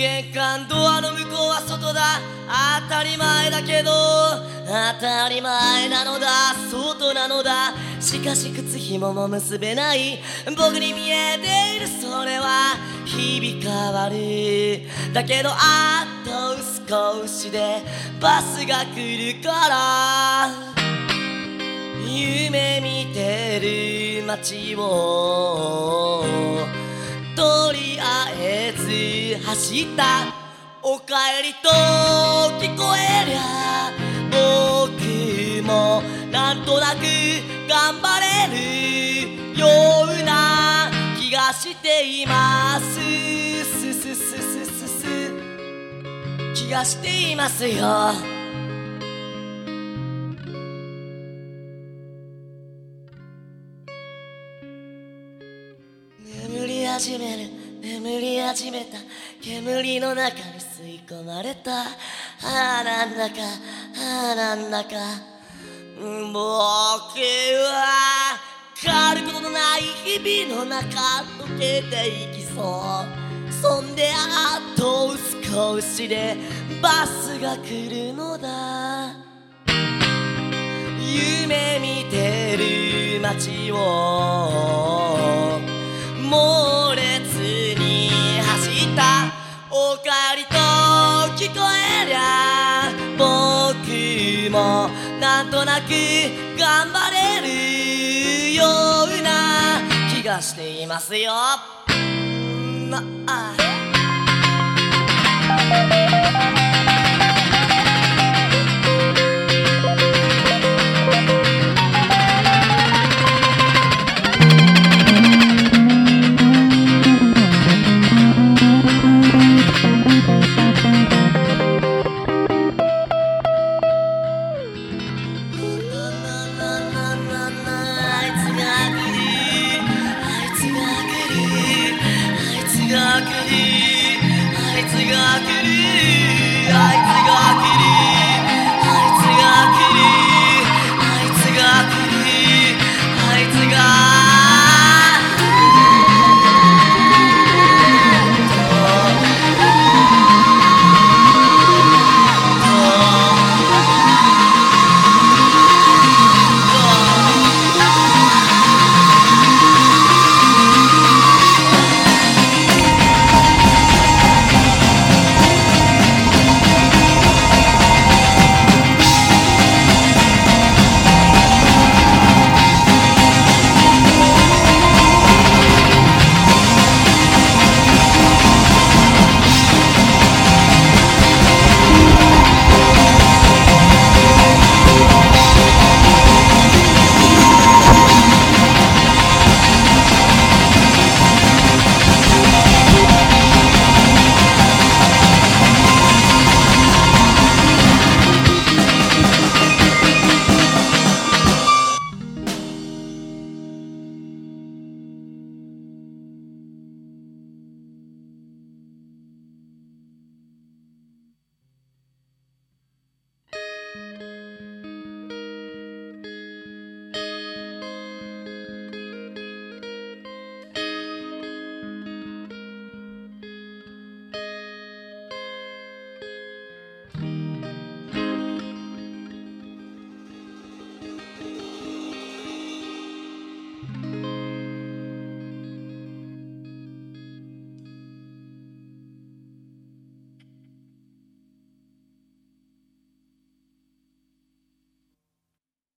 玄関ドアの向こうは外だ。当たり前だけど当たり前なのだ。外なのだ。しかし靴紐も結べない僕に見えている。それは日々変わる。だけどあと少しでバスが来るから、夢見てる街をとりあえず走った。おかえりと聞こえりゃ僕もなんとなく頑張れるような気がしています。すすすすすす気がしていますよ。眠り始めた煙の中に吸い込まれた。なんだかなんだか僕は変わることのない日々の中溶けていきそう。そんであと少しでバスが来るのだ。夢見てる街を猛烈に走った。おかえりと聞こえりゃ僕もなんとなく頑張れるような気がしていますよ。